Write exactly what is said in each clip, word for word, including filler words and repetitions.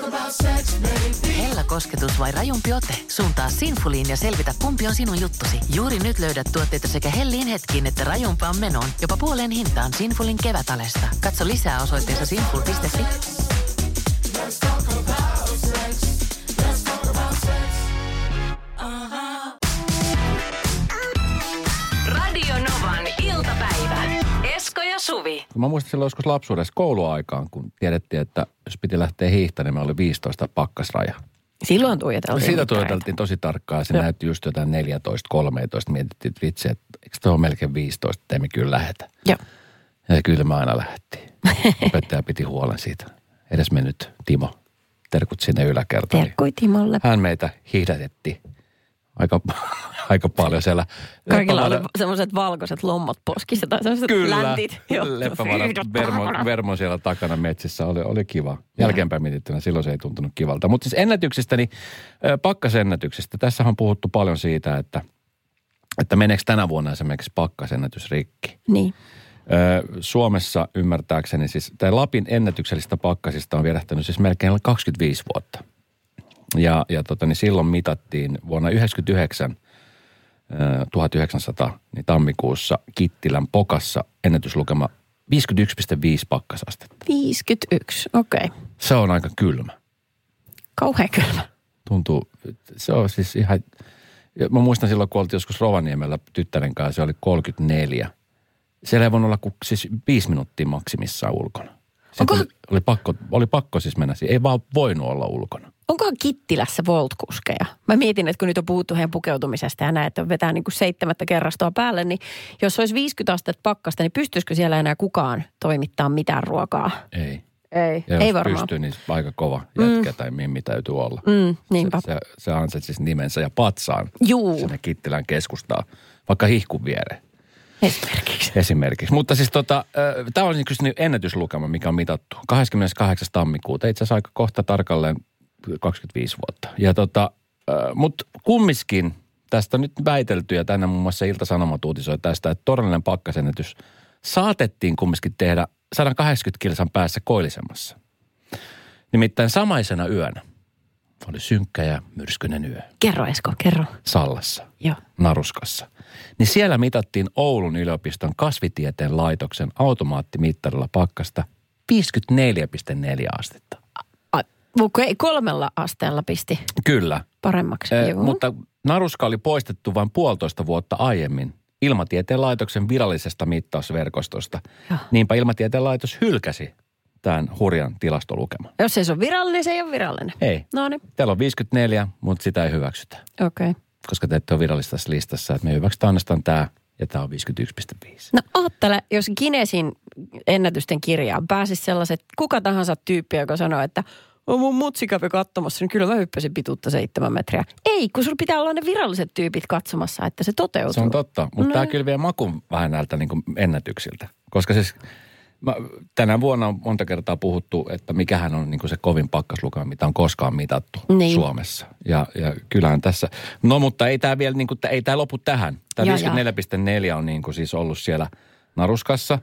Hellä kosketus vai rajumpi ote? Suuntaa Sinfuliin ja selvitä, kumpi on sinun juttusi. Juuri nyt löydät tuotteita sekä helliin hetkiin että rajumpaan menoon. Jopa puoleen hintaan Sinfulin kevätalesta. Katso lisää osoitteessa sinful piste fi. Radio Novan iltapäivä. Esko ja Suvi. Mä muistan silloin joskus lapsuudessa kouluaikaan, kun tiedettiin, että jos piti lähteä hiihtämään, niin me oli viisitoista pakkasraja. Silloin tuijoteltiin. Siitä tuijoteltiin tosi tarkkaan. Se Joo. näytti just jotain neljätoista kolmetoista. Mietittiin, että vitsi, että eikö tuo ole melkein viisitoista, että emme kyllä lähetä. Joo. Ja kyllä me aina lähdettiin. Opettaja piti huolen siitä. Edes mennyt Timo. Terkut sinne yläkertaan. Terkkui Timolle. Hän meitä hiihdätettiin aika, aika paljon siellä. Kaikilla oli Leppävaara- semmoiset valkoiset lommot poskissa tai semmoiset Kyllä. läntit. Leppävaaran Vermo, Vermo siellä takana metsissä oli, oli kiva. Jälkeenpäin mietittynä silloin se ei tuntunut kivalta. Mutta siis ennätyksistä, niin pakkasennätyksistä. Tässä on puhuttu paljon siitä, että, että meneekö tänä vuonna esimerkiksi pakkasennätys rikki. Niin. Suomessa ymmärtääkseni siis, tai Lapin ennätyksellistä pakkasista on vierähtänyt siis melkein kaksikymmentäviisi vuotta. Ja, ja tota, niin silloin mitattiin vuonna yhdeksänkymmentäyhdeksän, tuhatyhdeksänsataa, niin tammikuussa Kittilän Pokassa ennätyslukema viisikymmentäyksi pilkku viisi pakkasastetta. viisikymmentäyksi, okei. Okay. Se on aika kylmä. Kauhean kylmä. Tuntuu, se on siis ihan, mä muistan silloin, kun oltiin joskus Rovaniemellä tyttären kanssa, se oli kolmekymmentäneljä. Siellä ei voinut olla kuin siis viisi minuuttia maksimissaan ulkona. Onko... Oli, oli, pakko, oli pakko siis mennä siihen. Ei vaan voinut olla ulkona. Onkohan Kittilässä Volt-kuskeja? Mä mietin, että kun nyt on puhuttu heidän pukeutumisesta ja näin, että vetää niin kuin seitsemättä kerrastoa päälle, niin jos olisi viisikymmentä astetta pakkasta, niin pystyisikö siellä enää kukaan toimittaa mitään ruokaa? Ei. Ei, ja ei jos varmaan. pystyy, niin aika kova jätkä mm. tai mimmi täytyy olla. Mm, niinpä. Se, se, se ansaitsisi nimensä ja patsaan Juu. sinne Kittilän keskustaan, vaikka hihkun viereen. Esimerkiksi. Esimerkiksi. Mutta siis tota, tämä on niin ennätyslukema, mikä on mitattu. kahdeskymmeneskahdeksas tammikuuta, itse asiassa aika kohta tarkalleen kaksikymmentäviisi vuotta. Ja tota, mutta kumminkin tästä nyt väitelty, ja tänään muun muassa Ilta-Sanomat uutisoi tästä, että todellinen pakkasennätys saatettiin kumminkin tehdä sata kahdeksankymmentä kilsan päässä Koillisemmassa. Nimittäin samaisena yönä oli synkkä ja myrskyinen yö. Kerro Esko, kerro. Sallassa. Joo. Naruskassa. Niin siellä mitattiin Oulun yliopiston kasvitieteen laitoksen automaattimittarilla pakkasta viisikymmentäneljä pilkku neljä astetta. Okei, okay, kolmella asteella pisti Kyllä. paremmaksi. Eh, Joo. mutta naruska oli poistettu vain puolitoista vuotta aiemmin Ilmatieteen laitoksen virallisesta mittausverkostosta. Joo. Niinpä Ilmatieteen laitos hylkäsi tämän hurjan tilastolukeman. Jos ei se ole virallinen, se ei ole virallinen. Ei. No niin. Teillä on viisikymmentäneljä, mutta sitä ei hyväksytä. Okei. Okay. Koska te ette ole virallisessa listassa, että me hyväksytään ainoastaan tämä, ja tämä on viisikymmentäyksi pilkku viisi. No oottele, jos Guinnessin ennätysten kirjaan pääsisi sellaiset, kuka tahansa tyyppi, joka sanoo, että on mun mutsi kävi katsomassa, niin kyllä mä hyppäsin pituutta seitsemän metriä. Ei, kun sulla pitää olla ne viralliset tyypit katsomassa, että se toteutuu. Se on totta, mutta No. tämä kyllä vie makun vähän näiltä niin kuin ennätyksiltä. Koska siis mä, tänä vuonna on monta kertaa puhuttu, että mikähän on niin kuin se kovin pakkaslukema, mitä on koskaan mitattu Niin. Suomessa. Ja, ja kyllähän tässä, no mutta ei tämä vielä, niin kuin, ei tämä lopu tähän. Tämä Ja, viisikymmentäneljä pilkku neljä on niin kuin siis ollut siellä Naruskassa,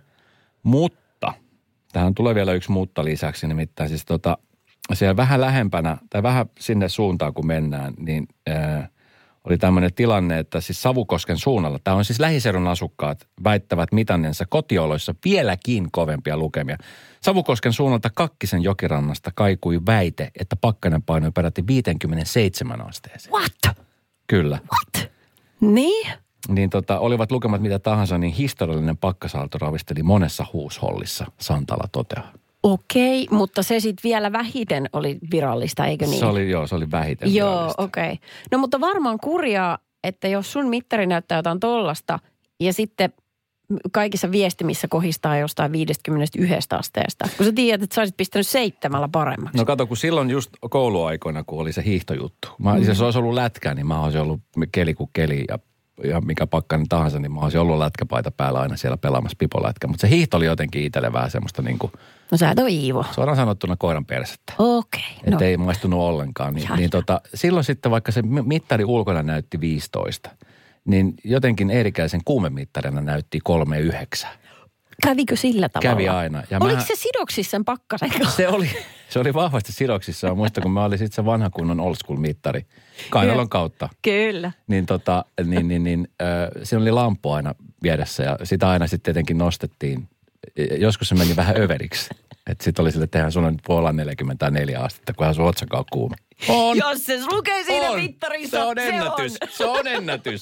mutta tähän tulee vielä yksi mutta lisäksi, nimittäin siis tota, siellä vähän lähempänä, tai vähän sinne suuntaan kun mennään, niin ää, oli tämmöinen tilanne, että siis Savukosken suunnalla, tämä on siis lähiseudun asukkaat, väittävät mitanneensa kotioloissa vieläkin kovempia lukemia. Savukosken suunnalta Kakkisen jokirannasta kaikui väite, että pakkanen painoi peräti viisikymmentäseitsemän asteeseen. What? Kyllä. What? Niin? Niin tota, olivat lukemat mitä tahansa, niin historiallinen pakkasaalto ravisteli monessa huushollissa, Santala toteaa. Okei, mutta se sitten vielä vähiten oli virallista, eikö niin? Se oli, joo, se oli vähiten Joo, virallista. okei. Okay. No mutta varmaan kurjaa, että jos sun mittari näyttää jotain tollasta ja sitten kaikissa viestimissä kohistaa jostain viisikymmentäyksi asteesta. Kun sä tiedät, että sä olisit pistänyt seitsemällä paremmaksi. No kato, kun silloin just kouluaikoina, kun oli se hiihtojuttu. Mä, mm. Jos olisi ollut lätkä, niin mä olisin ollut keli kuin keli ja, ja mikä pakkanen tahansa, niin mä olisin ollut lätkäpaita päällä aina siellä pelaamassa pipolätkä. Mutta se hiihto oli jotenkin itselle vähän semmoista niin kuin... No sä et ole Iivo. Suoraan sanottuna koiran persettä. Okei. Okay, no. Että ei maistunut ollenkaan. Niin, niin tota, silloin sitten vaikka se mittari ulkona näytti viisitoista, niin jotenkin Eerikäisen kuumemittarina näytti kolme yhdeksän. Kävikö sillä tavalla? Kävi aina. Ja Oliko mähän, se sidoksissa sen pakkasen kanssa? se oli, se oli vahvasti sidoksissa. Mä muistan, kun mä olin sitten se vanha kunnon old school mittari kainalon kautta. Kyllä. Niin tota, niin, niin, niin äh, siinä oli lamppu aina vieressä ja sitä aina sitten tietenkin nostettiin. Joskus se meni vähän överiksi. Että sitten oli sille, että eihän sun on nyt voi olla neljäkymmentäneljä astetta, kunhan sun otsakaan on kuuma. On! Jos se lukee siinä on. mittarissa, Se on ennätys. Se on, se on ennätys.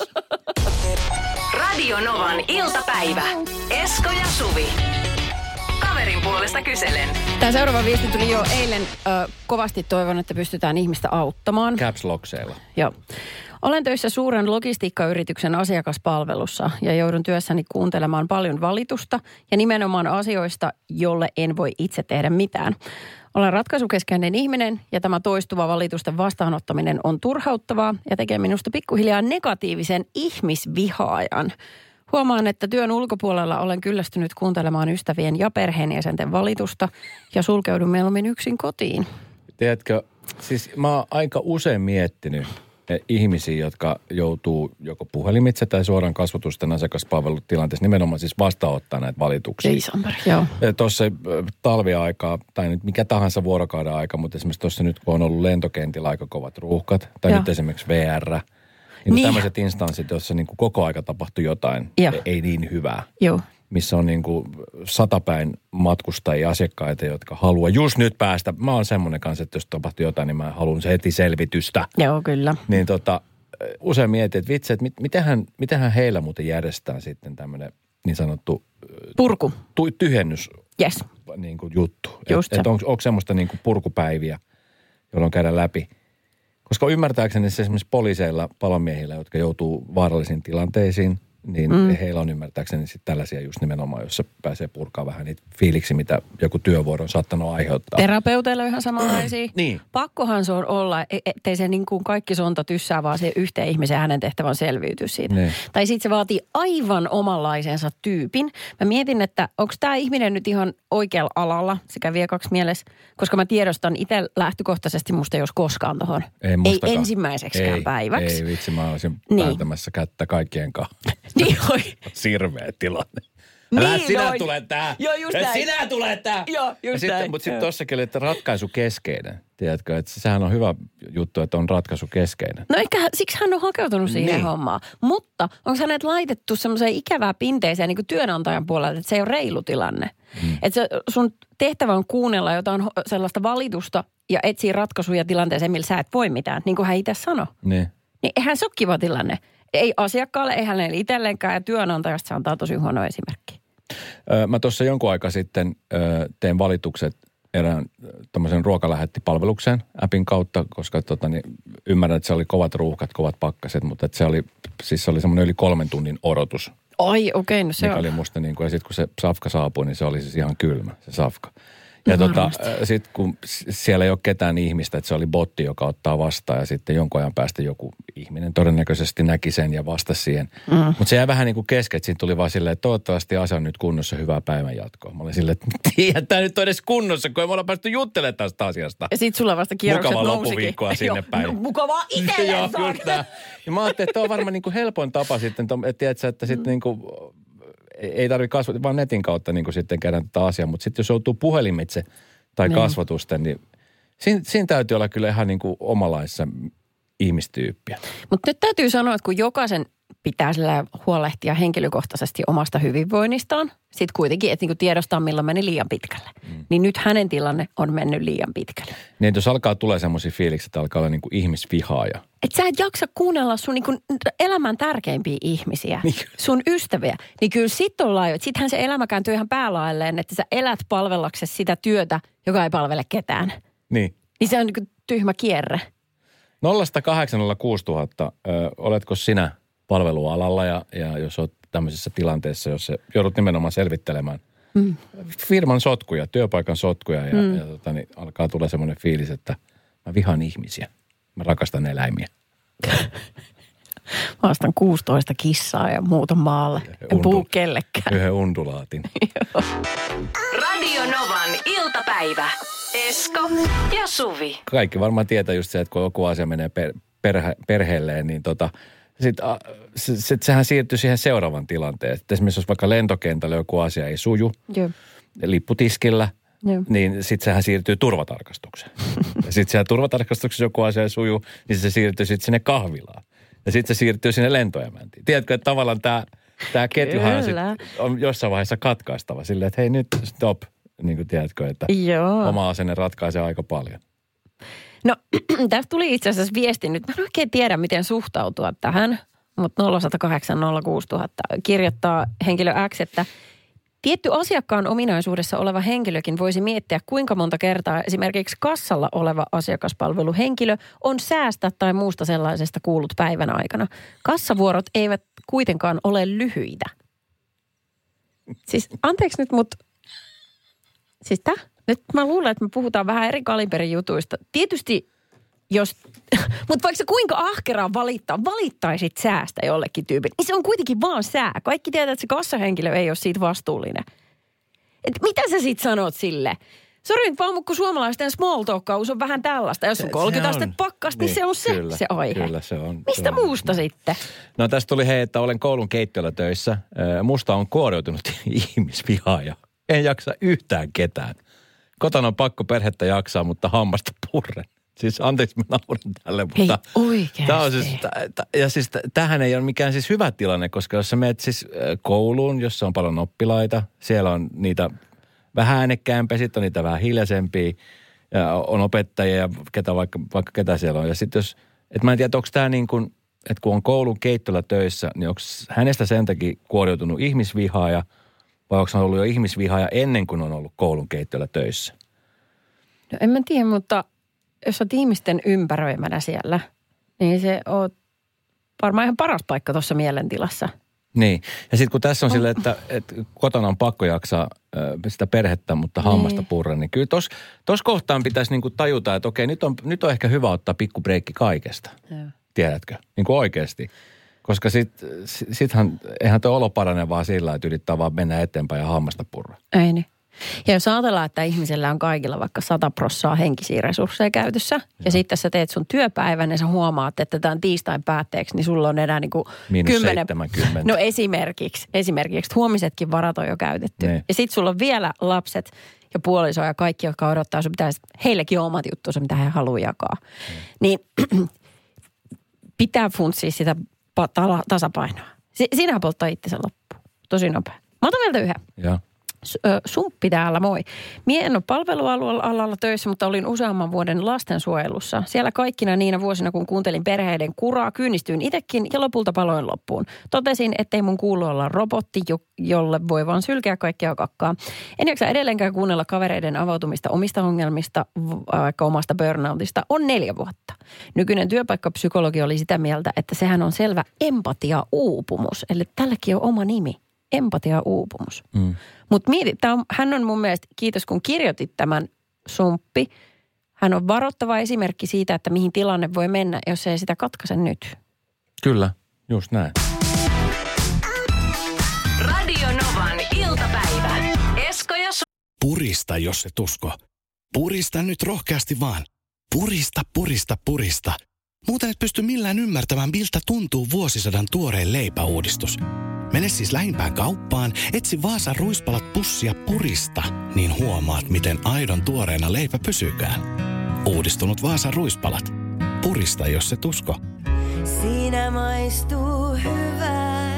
Radio Novan iltapäivä. Esko ja Suvi. Kaverin puolesta kyselen. Tämä seuraava viesti tuli jo eilen. Ö, kovasti toivon, että pystytään ihmistä auttamaan. Caps Lockseilla. Joo. Olen töissä suuren logistiikkayrityksen asiakaspalvelussa ja joudun työssäni kuuntelemaan paljon valitusta ja nimenomaan asioista, jolle en voi itse tehdä mitään. Olen ratkaisukeskeinen ihminen ja tämä toistuva valitusten vastaanottaminen on turhauttavaa ja tekee minusta pikkuhiljaa negatiivisen ihmisvihaajan. Huomaan, että työn ulkopuolella olen kyllästynyt kuuntelemaan ystävien ja perheenjäsenten valitusta ja sulkeudun mieluummin yksin kotiin. Tiedätkö, siis mä oon aika usein miettinyt ihmisiä, jotka joutuu joko puhelimitse tai suoraan kasvatusten asiakaspalvelutilanteessa nimenomaan siis vastaanottaa näitä valituksia. Ei Samari, joo. Tuossa talviaikaa, tai nyt mikä tahansa vuorokauden aika, mutta esimerkiksi tuossa nyt kun on ollut lentokentillä aika kovat ruuhkat, tai joo. nyt esimerkiksi V R, niin, niin. tämmöiset instanssit, joissa niin kuin koko aika tapahtuu jotain, joo. ei niin hyvää. Joo. Missä on niin kuin satapäin matkustajia, asiakkaita, jotka haluaa just nyt päästä. Mä oon semmoinen kanssa, että jos tapahtuu jotain, niin mä haluan se heti selvitystä. Joo, kyllä. Niin tota, usein mietin, että vitsi, että mit, mitähän, mitähän heillä muuten järjestää sitten tämmöinen niin sanottu purku. Tu, tyhjennys yes. niin kuin juttu. Just että et onko, onko semmoista niin kuin purkupäiviä, jolloin käydään läpi. Koska ymmärtääkseni se esimerkiksi poliiseilla, palomiehillä, jotka joutuu vaarallisiin tilanteisiin, niin mm. heillä on ymmärtääkseni sitten tällaisia just nimenomaan, jossa pääsee purkaa vähän niitä fiiliksi, mitä joku työvuoro on saattanut aiheuttaa. Terapeuteilla on ihan samanlaisia. niin. Pakkohan se on olla, ettei se niin kuin kaikki sonta tyssää, vaan se yhteen ihmisen hänen tehtävän selviytyä siitä. Niin. Tai sitten se vaatii aivan omanlaisensa tyypin. Mä mietin, että onko tämä ihminen nyt ihan oikealla alalla, se kävi kaksi mielessä, koska mä tiedostan itse lähtökohtaisesti musta jos koskaan tohon. Ei, ei ensimmäiseksikään ei, päiväksi. Ei vitsi, mä olisin niin. päältämässä kättä kaikkien kanssa. Niin oi. Sirveä tilanne. Niin, Älä sinä noin. tule tää. Joo, just näin. Sinä tule tää. Joo, just näin. Mutta sitten tossakin oli, että ratkaisukeskeinen. Tiedätkö, että sehän on hyvä juttu, että on ratkaisukeskeinen. No ehkä siksi hän on hakeutunut siihen niin. hommaan. Mutta onko hänet laitettu semmoiseen ikävään pinteeseen niin kuin työnantajan puolelta, että se ei ole reilu tilanne. Hmm. Että se, sun tehtävä on kuunnella jotain sellaista valitusta ja etsiä ratkaisuja tilanteeseen, millä sä et voi mitään, niin kuin hän itse sanoi. Niin. Niin eihän se ole kiva tilanne. Ei asiakkaalle, ei hänelle itselleenkään ja työnantajasta se antaa tosi huono esimerkki. Mä tuossa jonkun aika sitten tein valitukset erään tämmöisen ruokalähettipalvelukseen appin kautta, koska tota, niin, ymmärrän, että se oli kovat ruuhkat, kovat pakkaset, mutta että se oli, siis se oli semmoinen yli kolmen tunnin odotus. Ai okei, okay, no se mikä on. oli musta niin kuin, ja sitten kun se safka saapui, niin se oli siis ihan kylmä, se safka. Ja no, tota, sitten kun siellä ei ole ketään ihmistä, että se oli botti, joka ottaa vastaan ja sitten jonkun ajan päästä joku ihminen todennäköisesti näki sen ja vastasi siihen. Mm. Mutta se jäi vähän niin kuin kesken, että siinä tuli vaan silleen, että toivottavasti asia on nyt kunnossa, hyvää päivänjatkoa. Mä olin silleen, että tiedän, tämä nyt on edes kunnossa, kun ei me olla päästy juttelemaan tästä asiasta. Ja sitten sulla vasta kierrokset Mukavaa nousikin. loppuviikkoa sinne päin. No, mukavaa itselleen. Joo, kyllä tämä. Ja mä ajattelin, että tämä on varmaan niin kuin helpoin tapa sitten, että tiedätkö, että sitten niin kuin ei tarvitse kasvata, vaan netin kautta niin kuin sitten käydään tätä asiaa. Mutta sitten jos joutuu puhelimitse tai niin. kasvatusten, niin siinä, siinä täytyy olla kyllä ihan niin kuin omanlaissa ihmistyyppiä. Mutta nyt täytyy sanoa, että kun jokaisen pitää sillä huolehtia henkilökohtaisesti omasta hyvinvoinnistaan, sitten kuitenkin, että niin kuin tiedostaa, milloin meni liian pitkälle. Mm. Niin nyt hänen tilanne on mennyt liian pitkälle. Niin, jos alkaa tulee semmoisia fiiliksi, että alkaa olla niin kuin ihmisvihaaja. Että sä et jaksa kuunnella sun niin kuin elämän tärkeimpiä ihmisiä, niin. sun ystäviä. Niin kyllä sit ollaan jo, että sittenhän se elämä kääntyy ihan päälailleen, että sä elät palvellaksesi sitä työtä, joka ei palvele ketään. Niin. Niin se on niin kuin tyhmä kierre. nolla kahdeksan nolla kuusi tuhatta, ö, oletko sinä palvelualalla ja, ja jos olet tämmöisessä tilanteessa, jos joudut nimenomaan selvittelemään mm. firman sotkuja, työpaikan sotkuja ja, mm. ja tota, niin alkaa tulla semmoinen fiilis, että mä vihaan ihmisiä. Mä rakastan eläimiä. Mä ostan kuusitoista kissaa ja muuta maalle. En Undu- puhu kellekään. Yhden undulaatin. Radio Novan iltapäivä. Esko ja Suvi. Kaikki varmaan tietää just se, että kun joku asia menee per, perhe, perheelleen, niin tota, sitten sit sehän siirtyy siihen seuraavan tilanteen. Että esimerkiksi jos vaikka lentokentällä joku asia ei suju, Joo. lipputiskillä, Joo. niin sitten sehän siirtyy turvatarkastukseen. Ja sitten siellä turvatarkastuksessa joku asia ei suju, niin se siirtyy sitten sinne kahvilaan. Ja sitten se siirtyy sinne lentoemäntiin. Tiedätkö, että tavallaan tämä tämä ketjuhan on, sit, on jossain vaiheessa katkaistava silleen, että hei nyt stop, niin kuin tiedätkö, että Joo. oma asenne ratkaisee aika paljon. No, tästä tuli itse asiassa viesti nyt. Mä en oikein tiedä, miten suhtautua tähän, mutta nolla yksi nolla kahdeksan nolla kuusi nolla nolla nolla kirjoittaa henkilö X, että tietty asiakkaan ominaisuudessa oleva henkilökin voisi miettiä, kuinka monta kertaa esimerkiksi kassalla oleva asiakaspalveluhenkilö on säästä tai muusta sellaisesta kuullut päivän aikana. Kassavuorot eivät kuitenkaan ole lyhyitä. Siis anteeksi nyt, mutta siis tää? Nyt mä luulen, että me puhutaan vähän eri kaliberin jutuista. Tietysti jos, mutta vaikka sä kuinka ahkeraan valittaa, valittaisit säästä jollekin tyypille, niin se on kuitenkin vaan sää. Kaikki tietää, että se kassahenkilö ei ole siitä vastuullinen. Et mitä sä sit sanot sille? Sori nyt vaan, kun suomalaisten small talkkaus on vähän tällaista. Jos on kolmekymmentä astetta pakkasta, niin, niin se on se, kyllä, se aihe. Kyllä se on. Mistä se on. muusta sitten? No tästä tuli hei, että olen koulun keittiöllä töissä. Musta on kuoriutunut ihmisvihaaja. En jaksa yhtään ketään. Kotona on pakko perhettä jaksaa, mutta hammasta purren. Siis anteeksi, mä nauran tälle, mutta... Hei, oikeasti. Tämä on siis, t- ja siis t- tämähän ei ole mikään siis hyvä tilanne, koska jos sä menet siis kouluun, jossa on paljon oppilaita, siellä on niitä vähän äänekkäämpiä, sitten on niitä vähän hiljaisempia, ja on opettajia ja ketä vaikka, vaikka ketä siellä on. Ja sitten jos, että mä en tiedä, onko tämä niin kuin, että kun on koulun keittolla töissä, niin onko hänestä sen takia kuoriutunut ihmisvihaaja, vai onko hän ollut jo ihmisvihaaja ennen kuin on ollut koulun keittolla töissä? No en mä tiedä, mutta jos olet ihmisten ympäröimänä siellä, niin se on varmaan ihan paras paikka tuossa mielentilassa. Niin. Ja sitten kun tässä on oh. silleen, että, että kotona on pakko jaksaa sitä perhettä, mutta hammasta niin. purra, niin kyllä tuossa kohtaan pitäisi niinku tajuta, että okei, nyt on, nyt on ehkä hyvä ottaa pikku breikki kaikesta. Ja. Tiedätkö? Niin kuin oikeasti. Koska sitten sittenhän, eihän tuo olo parane vaan sillä, että yrittää vaan mennä eteenpäin ja hammasta purra. Ei niin. Ja jos ajatellaan, että ihmisellä on kaikilla vaikka sata prossaa henkisiä resursseja käytössä, ja, ja sitten sä teet sun työpäivän ja sä huomaat, että tämän tiistain päätteeksi, niin sulla on enää niin kuin Miinus kymmenen... seitsemänkymmentä. No esimerkiksi, esimerkiksi, huomisetkin varat on jo käytetty. Ne. Ja sitten sulla on vielä lapset ja puoliso ja kaikki, jotka odottaa, sun pitäisi, heillekin on omat juttuunsa, mitä he haluaa jakaa. Ne. Niin pitää funtsia sitä tasapainoa. Si- siinähän polttaa itsensä loppuun. Tosi nopea. Mä otan vielä yhden. Joo. Sumppi täällä, moi. Mie en ole palvelualalla töissä, mutta olin useamman vuoden lastensuojelussa. Siellä kaikkina niinä vuosina, kun kuuntelin perheiden kuraa, kyynistyin itsekin ja lopulta paloin loppuun. Totesin, ettei mun kuulu olla robotti, jolle voi vaan sylkeä kaikkea kakkaa. En jaksa edelleenkään kuunnella kavereiden avautumista omista ongelmista, vaikka omasta burnoutista, on neljä vuotta. Nykyinen työpaikkapsykologi oli sitä mieltä, että sehän on selvä empatiauupumus, eli tälläkin on oma nimi. Empatiauupumus. Mm. Mutta mieti, on, hän on mun mielestä, kiitos kun kirjoitit tämän Sumppi, hän on varoittava esimerkki siitä, että mihin tilanne voi mennä, jos ei sitä katkaise nyt. Kyllä, just näin. Radio Novan iltapäivä. Esko ja Su- Purista, jos et usko. Purista nyt rohkeasti vaan. Purista, purista, purista. Muuten et pysty millään ymmärtämään, miltä tuntuu vuosisadan tuoreen leipäuudistus. Mene siis lähimpään kauppaan, etsi Vaasan ruispalat pussia Purista, niin huomaat, miten aidon tuoreena leipä pysykään. Uudistunut Vaasan ruispalat. Purista, jos et usko. Siinä maistuu hyvä.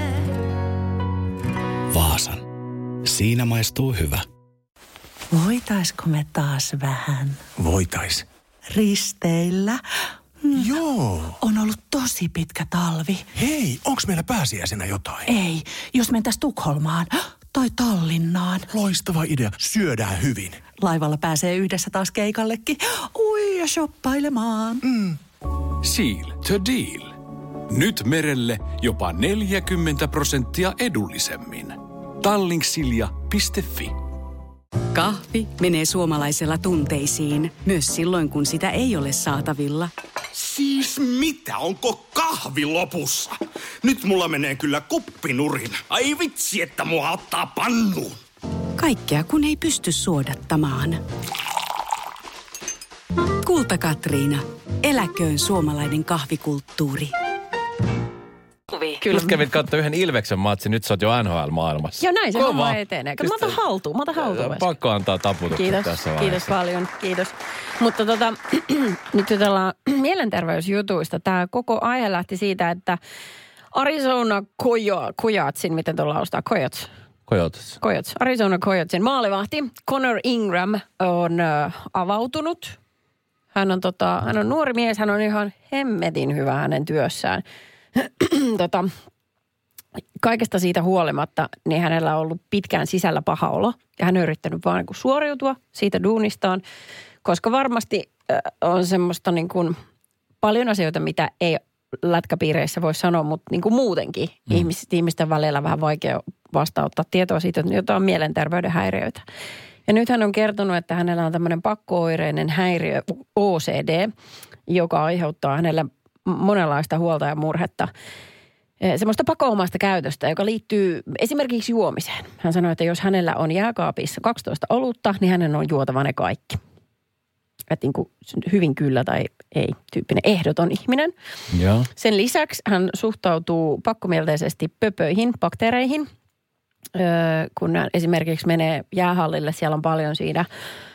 Vaasan. Siinä maistuu hyvä. Voitaisko me taas vähän? Voitais. Risteillä? Joo. On ollut tosi pitkä talvi. Hei, onks meillä pääsiäisenä jotain? Ei, jos mentäis Tukholmaan tai Tallinnaan. Loistava idea. Syödään hyvin. Laivalla pääsee yhdessä taas keikallekin. Ui, ja shoppailemaan. Mm. Seal to deal. Nyt merelle jopa neljäkymmentä prosenttia edullisemmin. Tallingsilja piste fi. Kahvi menee suomalaisella tunteisiin, myös silloin kun sitä ei ole saatavilla. Siis mitä? Onko kahvi lopussa? Nyt mulla menee kyllä kuppinurin. Ai vitsi, että mua ottaa pannuun. Kaikkea kun ei pysty suodattamaan. Kulta Katriina. Eläköön suomalainen kahvikulttuuri. Kyllä. Just kävit katsoa yhden Ilveksen matsin, nyt sä oot jo N H L-maailmassa. Joo, näin se Kova. homma etenee. Mä otan haltuun, mä otan haltuun. Pakko antaa taputukset kiitos, tässä vaiheessa. Kiitos paljon, kiitos. Mutta tota, nyt jutellaan mielenterveysjutuista. Tämä koko aihe lähti siitä, että Arizona Coyotsin, miten tuolla laustaa? Coyotes. Coyotes. Coyotes. Arizona Coyotsin maalivahti Connor Ingram on ö, avautunut. Hän on, tota, hän on nuori mies, hän on ihan hemmetin hyvä hänen työssään. tota, kaikesta siitä huolimatta, niin hänellä on ollut pitkään sisällä paha olo. Ja hän on yrittänyt vaan niin kuin suoriutua siitä duunistaan, koska varmasti äh, on semmoista niin kuin paljon asioita, mitä ei lätkäpiireissä voi sanoa, mutta niin kuin muutenkin mm. ihmis, ihmisten välillä vähän vaikea vastaanottaa tietoa siitä, että jotain mielenterveyden häiriöitä. Ja nyt hän on kertonut, että hänellä on tämmöinen pakko-oireinen häiriö, O C D, joka aiheuttaa hänelle monenlaista huolta ja murhetta. Semmoista pakoomaista käytöstä, joka liittyy esimerkiksi juomiseen. Hän sanoi, että jos hänellä on jääkaapissa kaksitoista olutta, niin hänen on juotava ne kaikki. Että niin kuin hyvin kyllä tai ei tyyppinen ehdoton ihminen. Ja. Sen lisäksi hän suhtautuu pakkomielteisesti pöpöihin, bakteereihin. Öö, kun hän esimerkiksi menee jäähallille, siellä on paljon siinä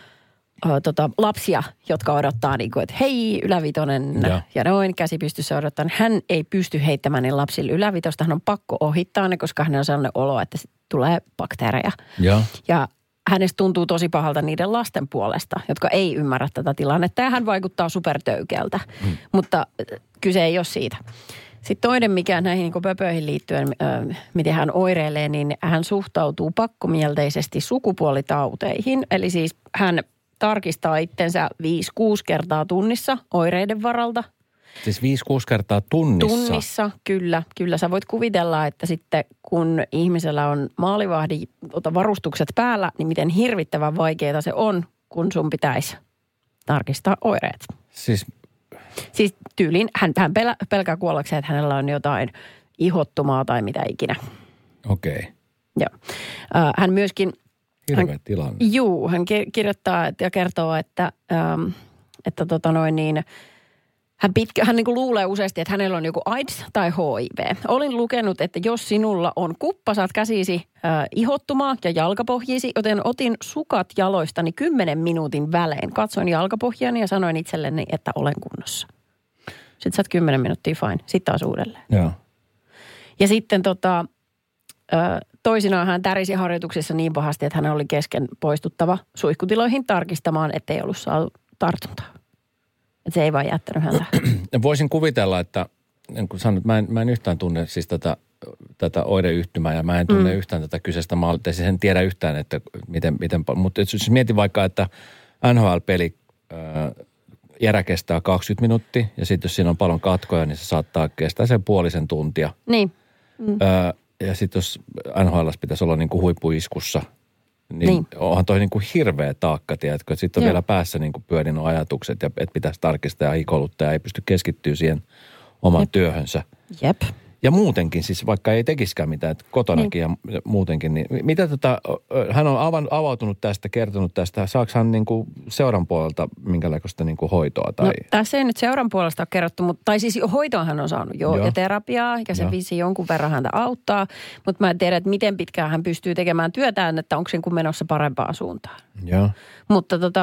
ö, tota, lapsia, jotka odottaa niin kuin, että hei ylävitonen ja, ja noin käsi pystyssä odottaa. Hän ei pysty heittämään niin lapsille ylävitosta, hän on pakko ohittaa ne, koska hänellä on sellainen olo, että tulee bakteereja. Ja, ja hänestä tuntuu tosi pahalta niiden lasten puolesta, jotka ei ymmärrä tätä tilannetta ja hän vaikuttaa supertöykeältä, hmm. mutta kyse ei ole siitä. Sitten toinen, mikä näihin niin kuin pöpöihin liittyen, äh, miten hän oireilee, niin hän suhtautuu pakkomielteisesti sukupuolitauteihin. Eli siis hän tarkistaa itsensä viisi kuusi kertaa tunnissa oireiden varalta. Siis viisi kuusi kertaa tunnissa? Tunnissa, kyllä. Kyllä sä voit kuvitella, että sitten kun ihmisellä on maalivahdin varustukset päällä, niin miten hirvittävän vaikeaa se on, kun sun pitäisi tarkistaa oireet. Siis... Siis tyyliin, hän, hän pelä, pelkää kuollakseen, että hänellä on jotain ihottumaa tai mitä ikinä. Okei. Okay. Joo. Äh, hän myöskin... Hirveä hän, tilanne. Juu, hän kirjoittaa ja kertoo, että, ähm, että tota noin niin... Hän, pitkä, hän niin kuin luulee useasti, että hänellä on joku AIDS tai H I V. Olin lukenut, että jos sinulla on kuppa, saat käsisi äh, ihottumaa ja jalkapohjisi, joten otin sukat jaloistani kymmenen minuutin välein. Katsoin jalkapohjani ja sanoin itselleni, että olen kunnossa. Sitten sä oot kymmenen minuuttia fine. Sitten taas uudelleen. Joo. Ja sitten tota, äh, toisinaan hän tärisi harjoituksissa niin pahasti, että hän oli kesken poistuttava suihkutiloihin tarkistamaan, ettei ollut saatu tartuntaa. Että se ei vaan jättänyt häntä. Voisin kuvitella, että niin kuin sanot, mä en, mä en yhtään tunne siis tätä, tätä oireyhtymää ja mä en tunne mm. yhtään tätä kyseistä maalia. Siis en tiedä yhtään, että miten, miten mutta jos mietin vaikka, että N H L-peli äh, järä kestää kaksikymmentä minuuttia ja sitten jos siinä on paljon katkoja, niin se saattaa kestää sen puolisen tuntia. Niin. Mm. Äh, ja sitten jos N H L:ssä pitäisi olla niin kuin huippuiskussa, niin, niin onhan toi niin kuin hirveä taakka, tiedätkö. Sitten on Joo. vielä päässä niin kuin pyörinyt ajatukset, ja että pitäisi tarkistaa ja hikoluttaa ja ei pysty keskittyä siihen omaan Jep. työhönsä. Jep. Ja muutenkin, siis vaikka ei tekisikään mitään, että kotonakin niin. ja muutenkin, niin mitä tota, hän on avautunut tästä, kertonut tästä, saako hän niin kuin seuran puolelta minkälaista niin kuin hoitoa? Tai? No, tässä ei nyt seuran puolesta ole kerrottu, mutta, tai siis hoitoa hän on saanut jo, joo. ja terapiaa, ja se viisi jonkun verran häntä auttaa, mutta mä en tiedä, että miten pitkään hän pystyy tekemään työtään, että onko se kuin menossa parempaan suuntaan. Joo. Mutta tota...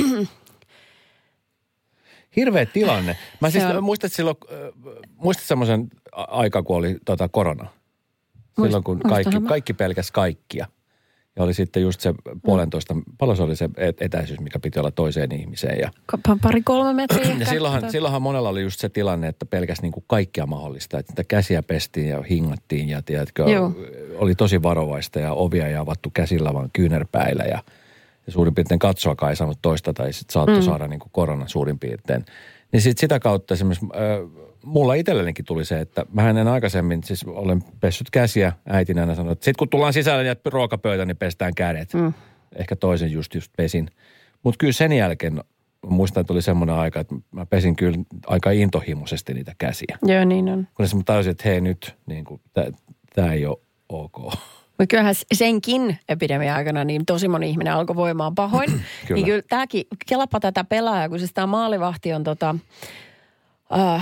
Hirveä tilanne. Mä siis on... muistat silloin, muistat semmoisen aikaa, kun oli tota korona? Silloin, kun kaikki, kaikki pelkäs kaikkia. Ja oli sitten just se puolentoista, mm. paljon se oli se etäisyys, mikä piti olla toiseen ihmiseen. Ja, pari kolme metriä. ja silloinhan, silloinhan monella oli just se tilanne, että pelkäs niin kuin kaikkia mahdollista. Että käsiä pestiin ja hingattiin ja tiedätkö, oli tosi varovaista ja ovia ei avattu käsillä, vaan kyynärpäillä ja Ja suurin piirtein katsoakaan ei saanut toista tai sitten saattoi mm. saada niin kuin koronan suurin piirtein. Niin sitten sitä kautta esimerkiksi äh, mulla itsellenikin tuli se, että mä en aikaisemmin, siis olen pessyt käsiä, äitinä aina sanoi, että sitten kun tullaan sisälle ja ruokapöytä, niin pestään kädet. Mm. Ehkä toisen just just pesin. Mutta kyllä sen jälkeen, muistan, että oli semmoinen aika, että mä pesin kyllä aika intohimoisesti niitä käsiä. Joo, niin on. Kunnes mä tajusin, että hei nyt, niin tämä ei ole ok. Mutta kyllähän senkin epidemia-aikana niin tosi moni ihminen alkoi voimaan pahoin. kyllä. Niin kyllä tämäkin, kelapa tätä pelaajaa, kun siis tämä maalivahti on tota, äh,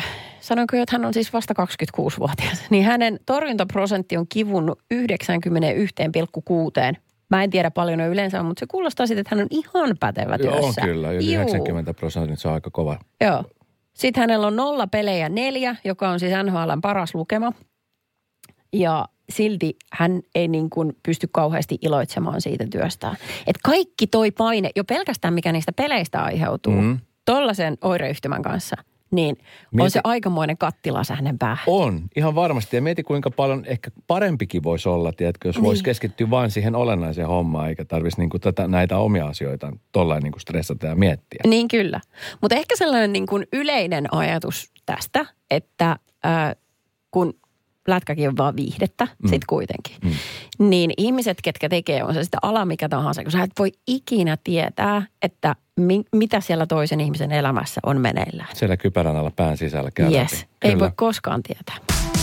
sanoinko, että hän on siis vasta kaksikymmentäkuusivuotias, niin hänen torjuntaprosentti on kivunnut yhdeksänkymmentäyksi pilkku kuusi. Mä en tiedä paljon ne yleensä on, mutta se kuulostaa sitten, että hän on ihan pätevä työssä. Joo, on kyllä. Yli yhdeksänkymmentä prosenttia, se on aika kova. Joo. Sitten hänellä on nolla pelejä neljä, joka on siis N H L:n paras lukema. Ja silti hän ei niin kuin pysty kauheasti iloitsemaan siitä työstään. Että kaikki toi paine, jo pelkästään mikä niistä peleistä aiheutuu, mm. tollaisen oireyhtymän kanssa, niin mieti, on se aikamoinen kattila hänen päähän. On, ihan varmasti. Ja mieti kuinka paljon ehkä parempikin voisi olla, tiedätkö, jos niin. voisi keskittyä vain siihen olennaiseen hommaan, eikä tarvitsisi niin kuin tätä, näitä omia asioita tollain niin kuin stressata ja miettiä. Niin kyllä. Mutta ehkä sellainen niin kuin yleinen ajatus tästä, että äh, kun lätkäkin on vaan viihdettä, mm. sit kuitenkin. Mm. Niin ihmiset, ketkä tekee, on se sitä ala mikä tahansa, kun sä et voi ikinä tietää, että mi- mitä siellä toisen ihmisen elämässä on meneillään. Siellä kypärän alla pään sisällä käy Yes, läpi. ei Kyllä. voi koskaan tietää.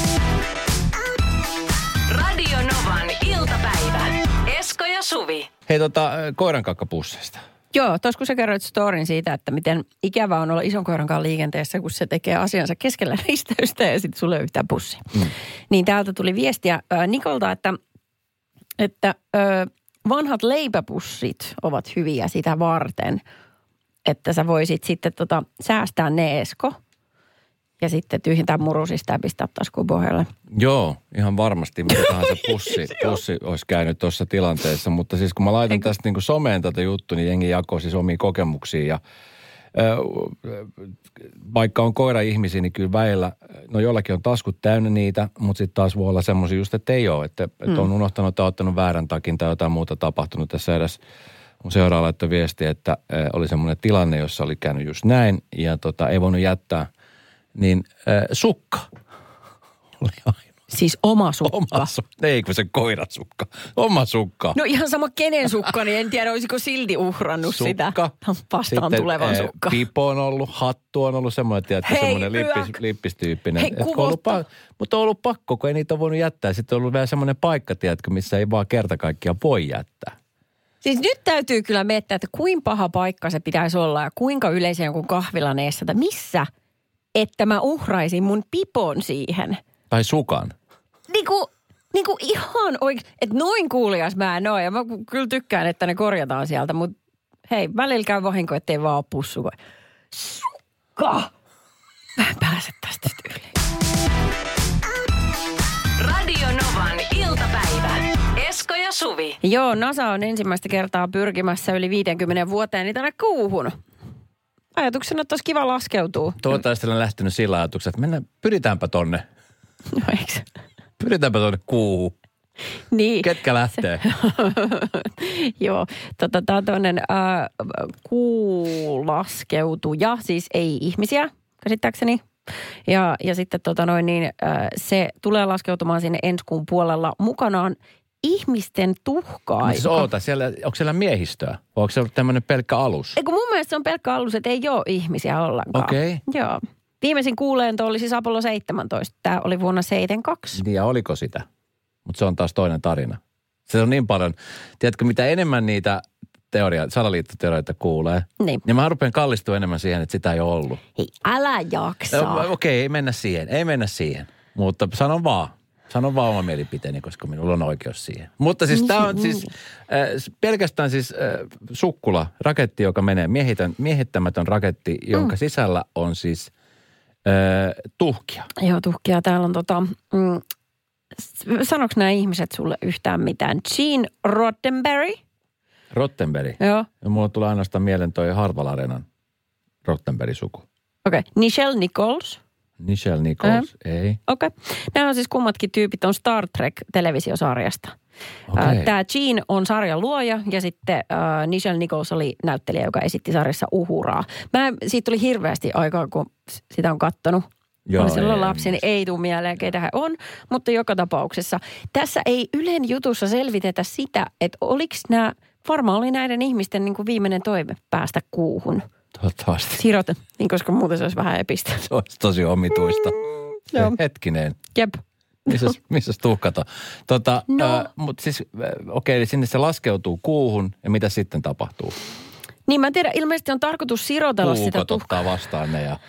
Radio Novan iltapäivä. Esko ja Suvi. Hei tota, koirankakkapussista. Joo, tuossa kun sä kerroit storin siitä, että miten ikävää on olla ison koiran kanssa liikenteessä, kun se tekee asiansa keskellä risteystä ja sitten sulle yhtään pussi. Mm. Niin täältä tuli viestiä äh, Nikolta, että, että äh, vanhat leipäpussit ovat hyviä sitä varten, että sä voisit sitten tota, säästää ne, Esko, ja sitten tyhjentää murusista ja pistää taskuun pohjalle. Joo, ihan varmasti. Mitä tahansa pussi, pussi olisi käynyt tuossa tilanteessa. Mutta siis kun mä laitan Eikö? tästä niin kuin someen tätä juttua, niin jengi jakoo siis omia kokemuksia. Ja äh, vaikka on koira-ihmisiä, niin kyllä väillä, no jollakin on taskut täynnä niitä, mutta sitten taas voi olla semmoisia just, että ei ole. Että, mm. että on unohtanut tai ottanut väärän takin tai jotain muuta tapahtunut tässä edes. Mun seuraava laittoi viesti, että äh, oli semmoinen tilanne, jossa oli käynyt just näin ja tota, ei voinut jättää. Niin äh, sukka oli ainoa. Siis oma sukka? Oma sukka. Ei kun se koiran sukka. Oma sukka. No ihan sama kenen sukka, niin en tiedä olisiko silti uhrannut sukka. sitä vastaan Sitten, tulevan äh, sukka. Pipo on ollut, hattu on ollut semmoinen, tiedätkö, semmoinen lippis, lippistyyppinen. Hei, pa- mutta on ollut pakko, kun ei niitä ole voinut jättää. Sitten on ollut vielä semmoinen paikka, tiedätkö, missä ei vaan kerta kaikkiaan voi jättää. Siis nyt täytyy kyllä miettiä, että kuinka paha paikka se pitäisi olla ja kuinka yleisen jonkun kahvilan eessä, että missä, että mä uhraisin mun pipon siihen. Tai sukan. Niinku, niinku ihan oikein, että noin kuulias mä en ole. Ja mä kyllä tykkään, että ne korjataan sieltä, mutta hei, välillä käy vahinko, ettei vaan ole pussu. Sukka! Mä en pääse tästä yli. Radio Novan iltapäivä. Esko ja Suvi. Joo, NASA on ensimmäistä kertaa pyrkimässä yli viisikymmentä vuoteen niin tänne kuuhun. Ajatuksena, että olisi kiva laskeutua. Toivottavasti olen lähtenyt sillä ajatuksella, että mennään, pyritäänpä tonne. No eikö? Pyritäänpä tonne kuuhun. Niin. Ketkä lähtee? Joo, tota, tämä on tämmöinen äh, kuulaskeutuja, siis ei ihmisiä, käsittääkseni. Ja, ja sitten tota noin, niin, äh, se tulee laskeutumaan sinne ensi kuun puolella mukanaan ihmisten tuhkaa. Siis oota, siellä, onko siellä miehistöä? Vai onko se tämmöinen pelkkä alus? Eikö mun mielestä se on pelkkä alus, että ei ole ihmisiä ollenkaan. Okei. Okay. Joo. Viimeisin kuuleento oli siis Apollo seitsemäntoista. Tämä oli vuonna seitsemänkymmentäkaksi. Niin ja oliko sitä? Mutta se on taas toinen tarina. Se on niin paljon. Tiedätkö, mitä enemmän niitä teoria, salaliittoteorioita kuulee, niin. niin mä rupean kallistua enemmän siihen, että sitä ei ole ollut. Hei, älä jaksaa. Okei, okay, ei mennä siihen. Ei mennä siihen. Mutta sanon vaan. Sanon vaan oma mielipiteeni, koska minulla on oikeus siihen. Mutta siis tämä on siis äh, pelkästään siis äh, sukkula, raketti, joka menee, miehitän, miehittämätön raketti, jonka mm. sisällä on siis äh, tuhkia. Joo, tuhkia. Täällä on tota, mm, sanoks nämä ihmiset sulle yhtään mitään? Gene Roddenberry? Roddenberry? Joo. Ja mulla tulee ainoastaan mieleen toi Hartwall Arenan Roddenberry-suku. Okei. Okay. Nichelle Nichols? Nichelle Nichols, äh. ei. Okei. Okay. Nämä on siis kummatkin tyypit on Star Trek-televisiosarjasta. Okay. Tämä Gene on sarjan luoja ja sitten äh, Nichelle Nichols oli näyttelijä, joka esitti sarjassa Uhuraa. Mä, siitä tuli hirveästi aikaa, kun sitä on kattonut. Joo, oli silloin lapsi, niin ei tule mieleen, keitä hän on. Mutta joka tapauksessa tässä ei Ylen jutussa selvitetä sitä, että oliko nämä, varmaan oli näiden ihmisten niin kuin viimeinen toive päästä kuuhun. Toivottavasti. Sirot, niin koska muuten se olisi vähän epistä. Se olisi tosi omituista. Mm, joo. Hetkinen. Jep. Missäs, missäs tuhkata? Tota, no. äh, mutta siis, äh, okei, eli sinne se laskeutuu kuuhun ja mitä sitten tapahtuu? Niin mä en tiedä, ilmeisesti on tarkoitus sirotella Kuukot sitä tuhkaa. ottaa vastaan ne ja...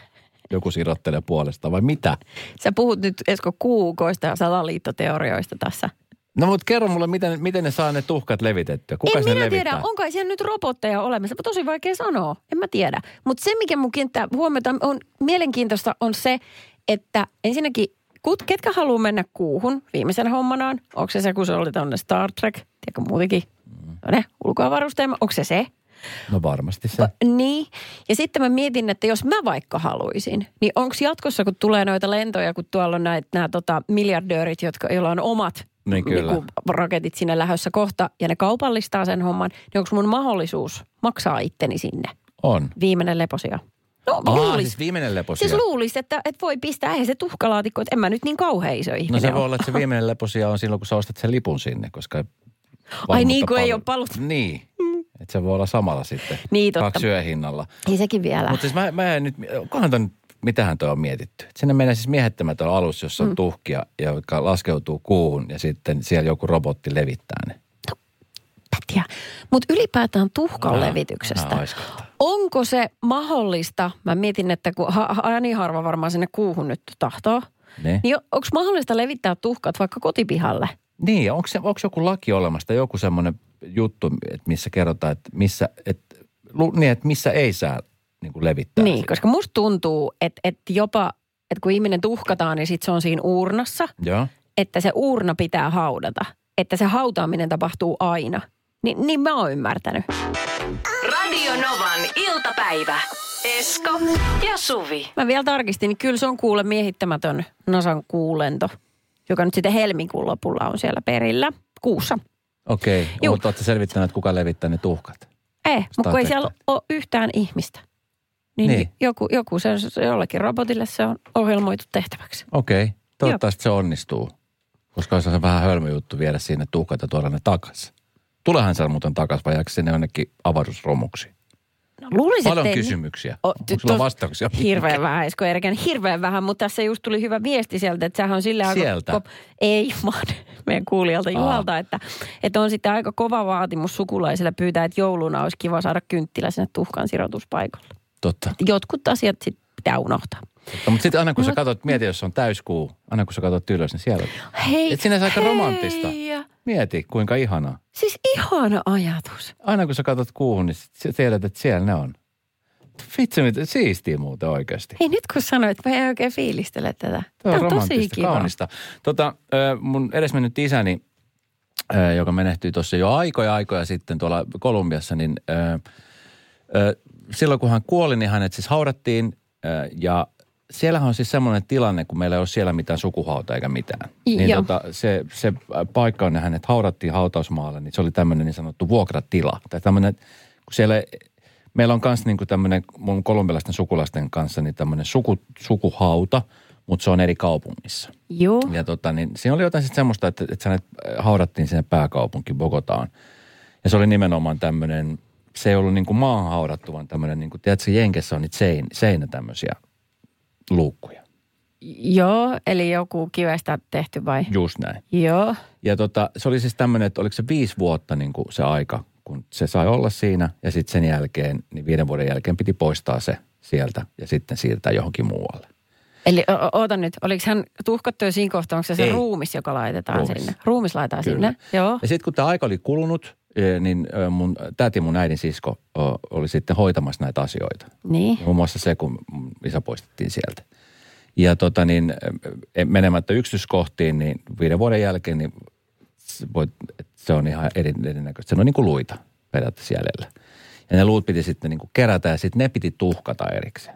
joku sirottelee puolesta vai mitä? Sä puhut nyt Esko kuukoista ja salaliittoteorioista tässä. No mutta kerro mulle, miten, miten ne saa ne tuhkat levitettyä? Kuka en sen minä levittää? tiedä, on kai siellä nyt robotteja olemassa. Tosi vaikea sanoa, en mä tiedä. Mutta se, mikä mun kiinnittää huomiota on mielenkiintoista, on se, että ensinnäkin, ketkä haluaa mennä kuuhun viimeisenä hommanaan? Onko se se, kun se oli tonne Star Trek? Tiedätkö muutenkin? Mm. Ne ulkoavarusteema, onko se se? No varmasti se. Va, niin. Ja sitten mä mietin, että jos mä vaikka haluaisin, niin onko jatkossa, kun tulee noita lentoja, kun tuolla on näitä, nämä tota, miljardöörit, jotka, joilla on omat niin niin raketit sinne lähdössä kohta, ja ne kaupallistaa sen homman, niin onko mun mahdollisuus maksaa itteni sinne? On. Viimeinen leposija. No Aa, luulis, siis viimeinen leposija. Siis luulisi, että, että voi pistää, eihän se tuhkalaatikko, että en mä nyt niin kauhean iso ihminen No se ole. voi olla, että se viimeinen leposija on silloin, kun sä ostat sen lipun sinne, koska... Ai niin, kun ei ole palut. Niin. Että se voi olla samalla sitten. Niin, totta. Kaksi yöhinnalla. Niin sekin vielä. Mutta siis mä, mä en nyt, onkohan ton, mitähän toi on mietitty? Et sinne menee siis miehittämätön alus, jossa on mm. tuhkia, jotka laskeutuu kuuhun ja sitten siellä joku robotti levittää ne. No, pätiä. Mutta ylipäätään tuhkan levityksestä. Onko se mahdollista, mä mietin, että kun ha, ha, niin harva varmaan sinne kuuhun nyt tahtoo, ne. Niin onko mahdollista levittää tuhkat vaikka kotipihalle? Niin, onko, se, onko joku laki olemassa, joku semmoinen juttu, että missä kerrotaan, että missä, että, niin, että missä ei saa niin kuin levittää. Niin, sitä. Koska musta tuntuu, että, että jopa, että kun ihminen tuhkataan, niin sitten se on siinä uurnassa, Joo. että se uurna pitää haudata. Että se hautaaminen tapahtuu aina. Ni, niin mä oon ymmärtänyt. Radio Novan iltapäivä. Esko ja Suvi. Mä vielä tarkistin, niin kyllä se on kuule miehittämätön Nasan kuulento, joka nyt sitten helmikuun lopulla on siellä perillä kuussa. Okei, okay. Mutta ootko selvittänyt, että kuka levittää ne tuhkat? Ei, mutta kun ei siellä ole yhtään ihmistä. Niin, niin. Joku, joku se, jollekin robotille se on ohjelmoitu tehtäväksi. Okei, okay. Toivottavasti Joo. se onnistuu. Koska olisi se vähän hölmöjuttu viedä sinne tuhkat ja tuoda ne takaisin. Tulehan se muuten takaisin vai jääkö sinne jonnekin avaruusromuksi? No luulisin, paljon ettei... kysymyksiä. O, Onko sulla vastauksia? Hirveän vähän, Esko Erkän, hirveän vähän, mutta tässä just tuli hyvä viesti sieltä, että sehän on sillä Sieltä? Aika, ei, vaan meidän kuulijalta Juhalta, että, että on sitten aika kova vaatimus sukulaisille pyytää, että jouluna olisi kiva saada kynttilä sinne tuhkan sirotuspaikalle. Totta. Että jotkut asiat sitten pitää unohtaa. Totta, mutta sitten aina kun sä katsot, mieti jos on täyskuu, aina kun sä katsot ylös, niin siellä hei, et sinänsä aika hei. romanttista. Mieti, kuinka ihanaa. Siis ihana ajatus. Aina kun sä katsot kuuhun, niin sä tiedät, että siellä ne on. Vitsi, mitä siistiä muuten oikeasti. Hei, nyt kun sanoit, mä en oikein fiilistele tätä. Tämä on, on romanttista, tosi kiva. Kaunista. Tota, mun edesmennyt isäni, joka menehtyi tuossa jo aikoja aikoja sitten tuolla Kolumbiassa, niin silloin kun hän kuoli, niin hänet siis haudattiin ja siellähän on siis semmoinen tilanne, kun meillä ei ole siellä mitään sukuhauta eikä mitään. Niin tota, se, se paikka, jonne hänet haudattiin hautausmaalle, niin se oli tämmöinen niin sanottu vuokratila. Tai tämmöinen, kun siellä, meillä on myös niin kuin tämmöinen mun kolumbialaisten sukulaisten kanssa niin tämmöinen suku, sukuhauta, mutta se on eri kaupungissa. Joo. Ja tota, niin siinä oli jotain sitten semmoista, että, että hänet haudattiin sinne pääkaupunkiin Bogotaan. Ja se oli nimenomaan tämmöinen, se ei ollut niin kuin maahan haudattu, vaan tämmöinen, niin kuin, tiedätkö, Jenkessä on niitä sein, seinä tämmöisiä luukkuja. Joo, eli joku kivestä tehty vai? Just näin. Joo. Ja tota, se oli siis tämmöinen, että oliko se viisi vuotta niin kuin se aika, kun se sai olla siinä. Ja sitten sen jälkeen, niin viiden vuoden jälkeen piti poistaa se sieltä ja sitten siirtää johonkin muualle. Eli o- oota nyt, oliko hän tuhkattu jo siinä kohtaa, onko se se Ei. ruumis, joka laitetaan Ruumis. sinne? Ruumis laitetaan Kyllä. sinne, joo. Ja sitten kun tämä aika oli kulunut, niin mun täti, mun äidin sisko, oli sitten hoitamassa näitä asioita. Niin. Muun muassa se, kun mun isä poistettiin sieltä. Ja tota niin, menemättä yksityiskohtiin, niin viiden vuoden jälkeen, niin se, voi, se on ihan eri, erinäköistä. Se on niin kuin luita periaatteessa jäljellä. Ja ne luut piti sitten niin kuin kerätä ja sitten ne piti tuhkata erikseen.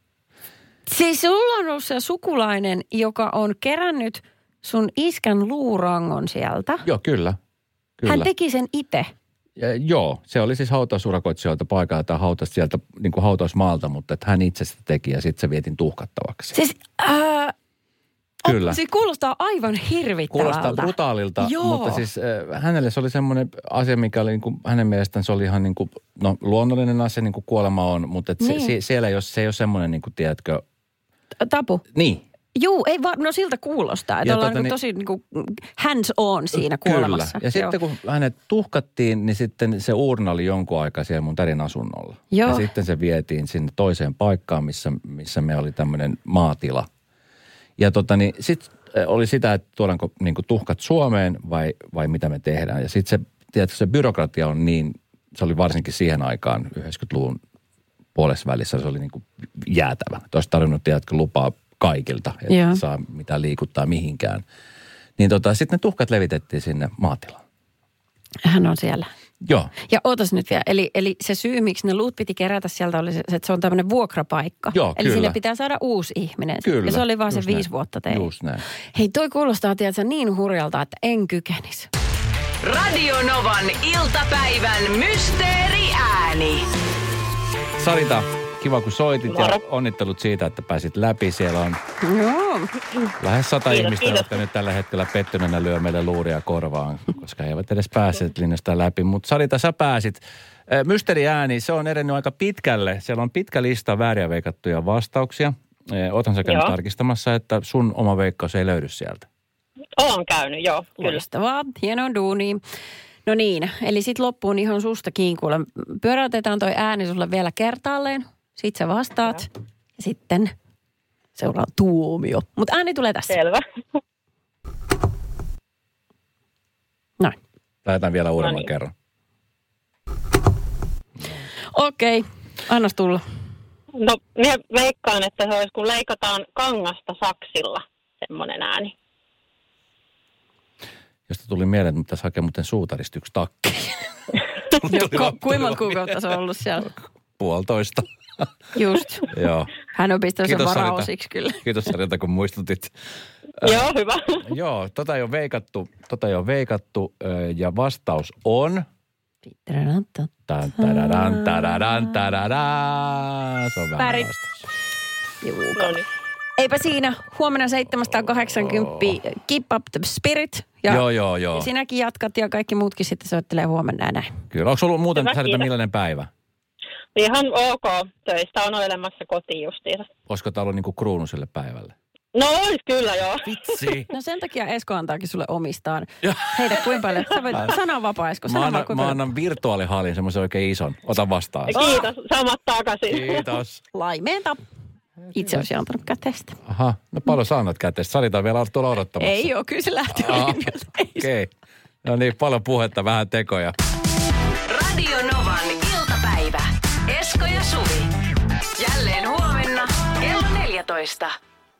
Siis sulla on ollut se sukulainen, joka on kerännyt sun iskän luurangon sieltä. Joo, kyllä. kyllä. Hän teki sen itse. Ja, joo, se oli siis hautausurakoitsijoilta paikalta tai hautas sieltä niin kuin hautausmaalta, mutta että hän itse sitä teki ja sitten se vietiin tuhkattavaksi. Siis, ää, Kyllä. On, siis kuulostaa aivan hirvittävältä. Kuulostaa brutaalilta, Joo. mutta siis äh, hänelle se oli semmoinen asia, mikä oli niin kuin, hänen mielestään se oli ihan niin kuin, no luonnollinen asia niin kuin kuolema on, mutta et niin. se, se, siellä ei ole, se ei ole semmoinen niin kuin, tiedätkö. Tapu. Niin. Juu, ei vaan, no siltä kuulostaa, että Ja ollaan tota, niin, tosi niin kuin hands on siinä kuolemassa. Kyllä, ja Joo. sitten kun hänet tuhkattiin, niin sitten se uurna oli jonkun aikaa siellä mun tärin asunnolla. Joo. Ja sitten se vietiin sinne toiseen paikkaan, missä, missä me oli tämmöinen maatila. Ja tota niin, sitten oli sitä, että tuodaanko niin kuin tuhkat Suomeen vai, vai mitä me tehdään. Ja sitten se, tiedätkö, se byrokratia on niin, se oli varsinkin siihen aikaan yhdeksänkymmentäluvun puolessa välissä, se oli niin kuin jäätävä. Että olisi tarvinnut, tiedätkö, lupaa kaikilta, että Joo. saa mitään liikuttaa mihinkään. Niin tota, sitten ne tuhkat levitettiin sinne maatilaan. Hän on siellä. Joo. Ja ootas nyt vielä, eli, eli se syy, miksi ne luut piti kerätä sieltä, oli se, että se on tämmöinen vuokrapaikka. Joo, eli kyllä. sinne pitää saada uusi ihminen. Kyllä. Ja se oli vaan se Just viisi näin. vuotta tein. Just näin. Hei, toi kuulostaa, tiedätkö, niin hurjalta, että en kykenisi. Radio Novan iltapäivän mysteeriääni. Sarita, kiva kun soitit ja onnittelut siitä, että pääsit läpi. Siellä on Joo. lähes sata Kiitos, ihmistä, kiitos. jotka nyt tällä hetkellä pettyneenä lyö meille luuria korvaan, koska he eivät edes päässeet linjasta läpi. Mutta Sarita, sä pääsit. Ö, Mysteeriääni, se on edennyt aika pitkälle. Siellä on pitkä lista vääriä veikattuja vastauksia. Ö, Oothan sä käynyt Joo. tarkistamassa, että sun oma veikkaus ei löydy sieltä. Oon käynyt, joo, kyllä. Loistavaa, hienoa duunia. No niin, eli sitten loppuun ihan susta kiinkuulla. Pyöräytetään toi ääni sulle vielä kertaalleen. Sitten sä vastaat ja sitten seuraa tuomio. Mutta ääni tulee tässä. Selvä. Noin. Lähdetään vielä uudemman No niin. kerran. Okei, annas tulla. No, minä veikkaan, että se olisi, kun leikataan kangasta saksilla, semmoinen ääni. Josta tuli mieleen, että pitäisi hakea muuten suutarista yksi takki. Ko- kuinka kuukautta se on ollut siellä? Puolitoista. Just. Joo. Hän on pistänyt sen Kiitos, Sarita. varaosiksi kyllä. Kiitos Sarita, kun muistutit. Joo, hyvä. Joo, tota ei ole veikattu, tota ei ole veikattu ö, ja vastaus on... Tan, tadadan, tadadan, tadadan. Se on vähän Värit. vastaus. No niin. Eipä siinä. Huomenna seitsemänsataakahdeksankymmentä Keep Up the Spirit. Ja Joo, joo, joo. sinäkin jatkat ja kaikki muutkin sitten soittelee huomenna ja näin. Kyllä, onko ollut muuten Hyvä, Sarita kiitos. millainen päivä? Ihan ok. Töistä on olemassa kotiin justiinsa. Olisiko tämä ollut niinku kruunu sille päivälle? No olis kyllä, joo. Vitsi. No sen takia Esko antaakin sulle omistaan. Joo. Heitä kuinka paljon. Sä voit sanoa vapaa Esko. Mä Sano vaan annan, kuinka mä paljon. annan virtuaalihallin semmoisen oikein ison. Ota vastaan. Kiitos. Samat takaisin. Kiitos. Laimeenta. Itse olisi antanut käteistä. Aha, no paljon sä annat käteistä. Sarita on vielä tuolla odottamassa. Ei ole, kyllä se lähti Ah, linjalta. Ei se- Okei. Okay. No niin, paljon puhetta, vähän tekoja. Radio Novan iltapäivä. Esko ja Suvi. Jälleen huomenna kello neljätoista.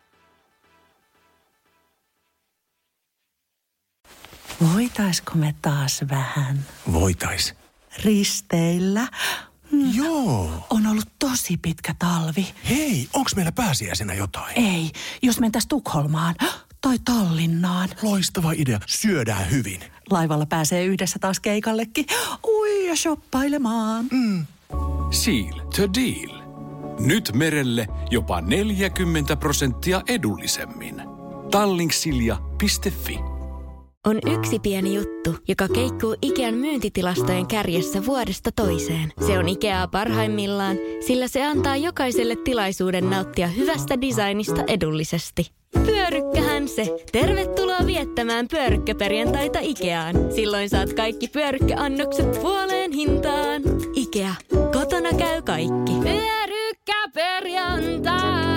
Voitaisko me taas vähän Voitais. risteillä? Joo. On ollut tosi pitkä talvi. Hei, onks meillä pääsiäisenä jotain? Ei, jos mentäis Tukholmaan tai Tallinnaan. Loistava idea. Syödään hyvin. Laivalla pääsee yhdessä taas keikallekin. Ui ja shoppailemaan. Mm. Seal to deal. Nyt merelle jopa neljäkymmentä prosenttia edullisemmin. Tallingsilja piste fi. On yksi pieni juttu, joka keikkuu Ikean myyntitilastojen kärjessä vuodesta toiseen. Se on Ikeaa parhaimmillaan, sillä se antaa jokaiselle tilaisuuden nauttia hyvästä designista edullisesti. Pyörykkähän se! Tervetuloa viettämään pyörykkäperjantaita Ikeaan. Silloin saat kaikki pyörykkäannokset puoleen hintaan. Ikea. Kotona käy kaikki. Pyörykkäperjantai!